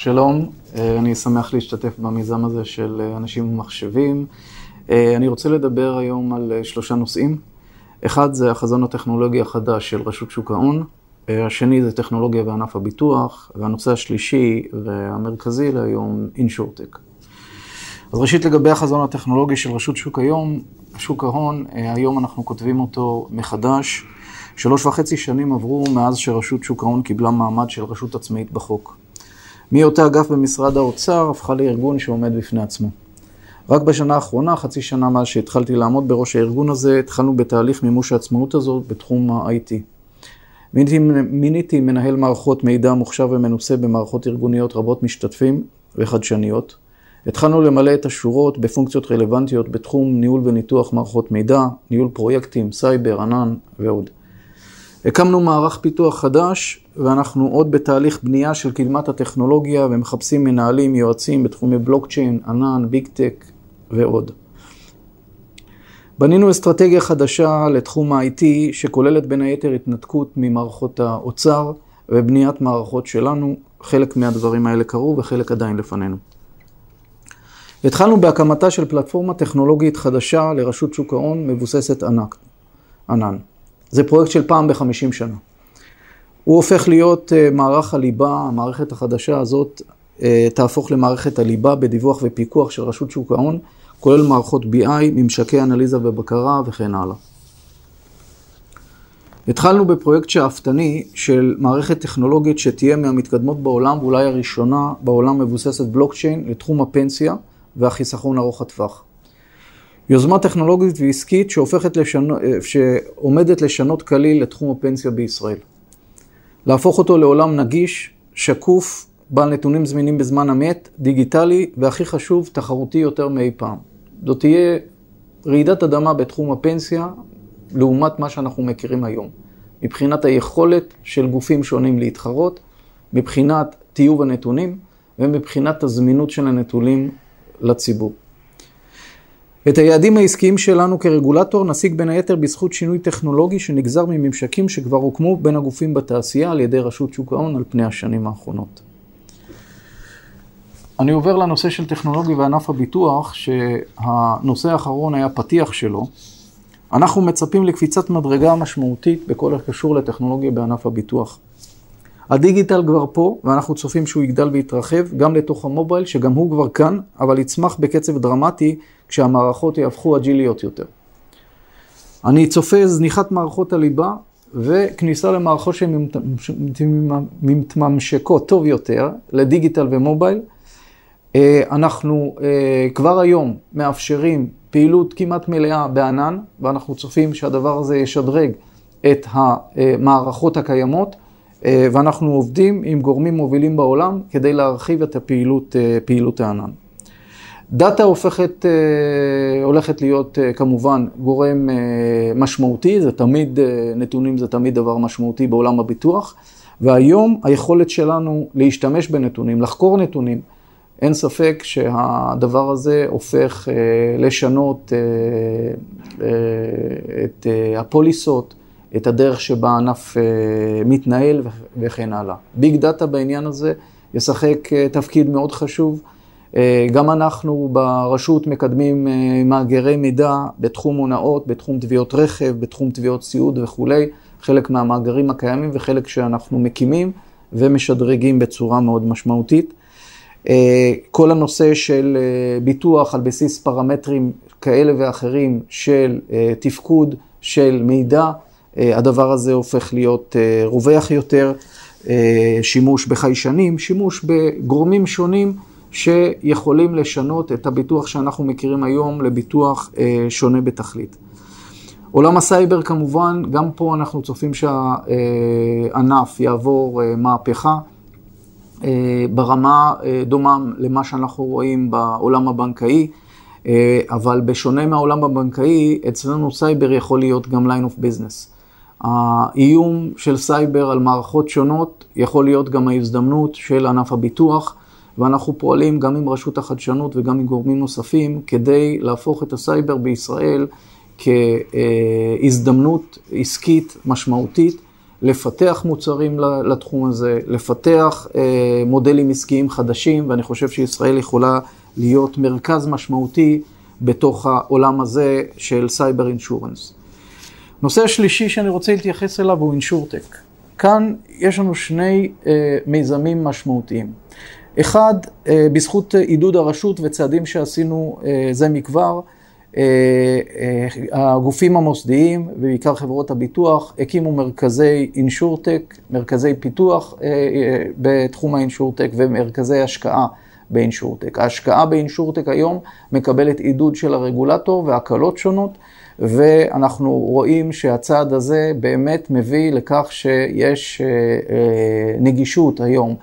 שלום, אני שמח להשתתף במיזם הזה של אנשים ומחשבים. אני רוצה לדבר היום על 3 נושאים. אחד זה החזון הטכנולוגי החדש של רשות שוק ההון. השני זה טכנולוגיה בענף הביטוח. והנושא השלישי והמרכזי להיום, אינשורטק. אז ראשית לגבי החזון הטכנולוגי של רשות שוק ההון, היום אנחנו כותבים אותו מחדש. 3.5 שנים עברו מאז שרשות שוק ההון קיבלה מעמד של רשות עצמאית בחוק. מאותה אגף במשרד האוצר הפכה לארגון שעומד בפני עצמו. רק בשנה האחרונה, חצי שנה מאז שהתחלתי לעמוד בראש הארגון הזה, התחלנו בתהליך מימוש העצמאות הזאת בתחום ה-IT. מיניתי מנהל מערכות מידע מוכשר ומנוסה במערכות ארגוניות רבות משתתפים וחדשניות. התחלנו למלא את השורות בפונקציות רלוונטיות בתחום ניהול וניתוח מערכות מידע, ניהול פרויקטים, סייבר, ענן ועוד. הקמנו מערך פיתוח חדש, ואנחנו עוד בתהליך בנייה של קדמת הטכנולוגיה, ומחפשים מנהלים, יועצים בתחומי בלוקצ'יין, ענן, ביג טק ועוד. בנינו אסטרטגיה חדשה לתחום ה-IT, שכוללת בין היתר התנתקות ממערכות האוצר, ובניית מערכות שלנו. חלק מהדברים האלה קרו, וחלק עדיין לפנינו. התחלנו בהקמתה של פלטפורמה טכנולוגית חדשה לרשות שוק ההון, מבוססת ענן. זה פרויקט של פעם ב-50 שנה. הוא הופך להיות מערך הליבה, המערכת החדשה הזאת תהפוך למערכת הליבה בדיווח ופיקוח של רשות שוק ההון, כולל מערכות BI, ממשקי אנליזה ובקרה וכן הלאה. התחלנו בפרויקט שאפתני של מערכת טכנולוגית שתהיה מהמתקדמות בעולם, ואולי הראשונה בעולם מבוססת בלוקצ'יין לתחום הפנסיה והחיסכון ארוך הטווח. יוזמה טכנולוגית ועסקית שעומדת לשנות כליל לתחום הפנסיה בישראל. להפוך אותו לעולם נגיש, שקוף, בעל נתונים זמינים בזמן אמת, דיגיטלי, והכי חשוב, תחרותי יותר מאי פעם. זאת תהיה רעידת אדמה בתחום הפנסיה, לעומת מה שאנחנו מכירים היום. מבחינת היכולת של גופים שונים להתחרות, מבחינת טיוב הנתונים, ומבחינת הזמינות של הנתונים לציבור. את היעדים העסקיים שלנו כרגולטור נשיג בין היתר בזכות שינוי טכנולוגי שנגזר מממשקים שכבר הוקמו בין הגופים בתעשייה על ידי רשות שוק ההון על פני השנים האחרונות. אני עובר לנושא של טכנולוגיה וענף הביטוח, שהנושא האחרון היה פתיח שלו. אנחנו מצפים לקפיצת מדרגה משמעותית בכל הקשור לטכנולוגיה בענף הביטוח. הדיגיטל כבר פה, ואנחנו צופים שהוא יגדל ויתרחב גם לתוך המובייל, שגם הוא כבר כאן, אבל יצמח בקצב דרמטי כשהמערכות יהפכו אג'יליות יותר. אני צופה זניחת מערכות הליבה, וכניסה למערכות שמתממשקות טוב יותר, לדיגיטל ומובייל. אנחנו כבר היום מאפשרים פעילות כמעט מלאה בענן, ואנחנו צופים שהדבר הזה ישדרג את המערכות הקיימות, ואנחנו עובדים עם גורמים מובילים בעולם כדי להרחיב את פעילות הענן. דאטה הולכת להיות כמובן גורם משמעותי, נתונים זה תמיד דבר משמעותי בעולם הביטוח, והיום היכולת שלנו להשתמש בנתונים, לחקור נתונים, אין ספק שהדבר הזה הופך לשנות את הפוליסות, את הדרך שבה הענף מתנהל וכן הלאה. ביג דאטה בעניין הזה ישחק תפקיד מאוד חשוב. גם אנחנו ברשות מקדמים מאגרי מידע בתחום הונאות, בתחום תביעות רכב, בתחום תביעות סיעוד וכו'. חלק מהמאגרים הקיימים וחלק שאנחנו מקימים ומשדרגים בצורה מאוד משמעותית. כל הנושא של ביטוח על בסיס פרמטרים כאלה ואחרים של תפקוד, של מידע, הדבר הזה הופך להיות רווח יותר, שימוש בחיישנים, שימוש בגורמים שונים שיכולים לשנות את הביטוח שאנחנו מכירים היום לביטוח שונה בתכלית. עולם הסייבר כמובן, גם פה אנחנו צופים שהענף יעבור מהפכה, ברמה דומה למה שאנחנו רואים בעולם הבנקאי, אבל בשונה מהעולם הבנקאי, אצלנו סייבר יכול להיות גם line of business. האיום של סייבר על מערכות שונות יכול להיות גם ההזדמנות של ענף הביטוח, ואנחנו פועלים גם עם רשות החדשנות וגם עם גורמים נוספים, כדי להפוך את הסייבר בישראל כהזדמנות עסקית משמעותית, לפתח מוצרים לתחום הזה, לפתח מודלים עסקיים חדשים, ואני חושב שישראל יכולה להיות מרכז משמעותי בתוך העולם הזה של סייבר אינשורנס. נושא השלישי שאני רוצה להתייחס אליו הוא אינשורטק. כאן יש לנו שני מיזמים משמעותיים. אחד, בזכות עידוד הרשות וצעדים שעשינו זה מכבר, הגופים המוסדיים ובעיקר חברות הביטוח הקימו מרכזי אינשורטק, מרכזי פיתוח בתחום האינשורטק ומרכזי השקעה באינשורטק. ההשקעה באינשורטק היום מקבלת עידוד של הרגולטור והקלות שונות, ואנחנו רואים שהצעד הזה באמת מביא לכך שיש נגישות היום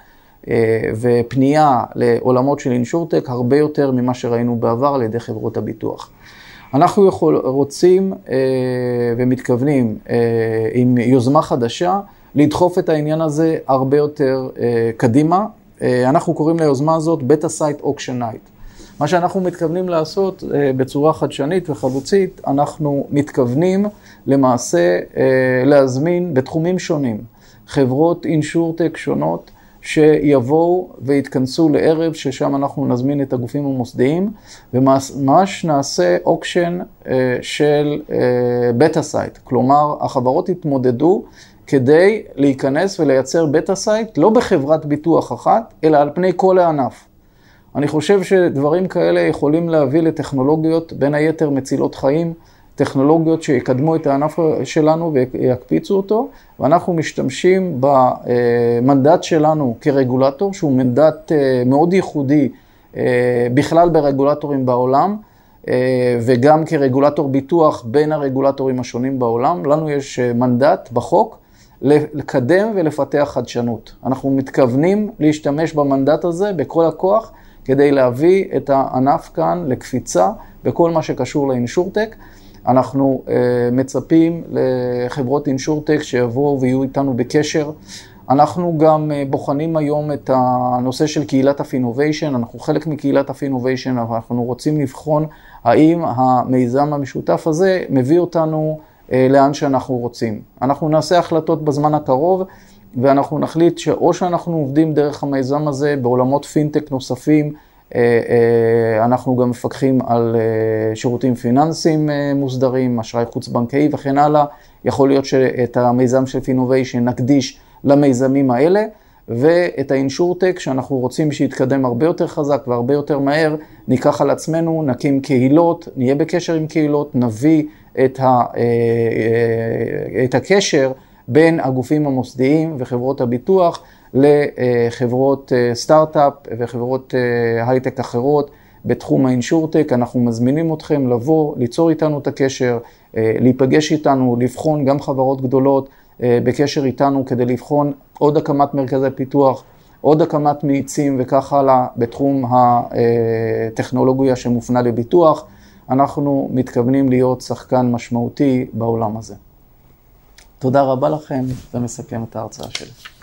ופנייה לעולמות של אינשורטק הרבה יותר ממה שראינו בעבר על ידי חברות הביטוח. אנחנו רוצים ומתכוונים עם יוזמה חדשה לדחוף את העניין הזה הרבה יותר קדימה. אנחנו קוראים ליוזמה הזאת Beta Site Auction Night. מה שאנחנו מתכוונים לעשות בצורה חדשנית וחלוצית, אנחנו מתכוונים למעשה להזמין בתחומים שונים חברות אינשורטק שונות שיבואו והתכנסו לערב ששם אנחנו נזמין את הגופים המוסדיים וממש נעשה אוקשן של בטה סייט. כלומר, החברות יתמודדו כדי להיכנס ולייצר בטה סייט לא בחברת ביטוח אחת, אלא על פני כל הענף. אני חושב שדברים כאלה יכולים להביא לטכנולוגיות בין היתר מצילות חיים, טכנולוגיות שיקדמו את הענף שלנו ויקפיצו אותו, ואנחנו משתמשים במנדט שלנו כרגולטור, שהוא מנדט מאוד ייחודי בכלל ברגולטורים בעולם, וגם כרגולטור ביטוח בין הרגולטורים השונים בעולם. לנו יש מנדט בחוק לקדם ולפתח חדשנות. אנחנו מתכוונים להשתמש במנדט הזה בכל הכוח, כדי להביא את הענף כאן לקפיצה בכל מה שקשור לאינשורטק. אנחנו מצפים לחברות אינשורטק שיבואו ויהיו איתנו בקשר. אנחנו גם בוחנים היום את הנושא של קהילת אפינוביישן. אנחנו חלק מקהילת אפינוביישן, אבל אנחנו רוצים לבחון האם המיזם המשותף הזה מביא אותנו לאן שאנחנו רוצים. אנחנו נעשה החלטות בזמן הקרוב, ואנחנו נחליט שאו שאנחנו עובדים דרך המיזם הזה בעולמות פינטק נוספים, אנחנו גם מפקחים על שירותים פיננסיים מוסדרים, אשראי חוץ בנקאי וכן הלאה. יכול להיות שאת המיזם של פינוביישן נקדיש למיזמים האלה, ואת האינשורטק שאנחנו רוצים שיתקדם הרבה יותר חזק והרבה יותר מהר, ניקח על עצמנו, נקים קהילות, נהיה בקשר עם קהילות, נביא את הקשר בין הגופים המוסדיים וחברות הביטוח לחברות סטארט-אפ וחברות הייטק אחרות בתחום האינשורטק. אנחנו מזמינים אתכם לבוא, ליצור איתנו את הקשר, להיפגש איתנו, לבחון גם חברות גדולות בקשר איתנו כדי לבחון עוד הקמת מרכזי פיתוח, עוד הקמת מאיצים וכך הלאה בתחום הטכנולוגיה שמופנה לביטוח. אנחנו מתכוונים להיות שחקן משמעותי בעולם הזה. תודה רבה לכם, ומסכם את ההרצאה שלי.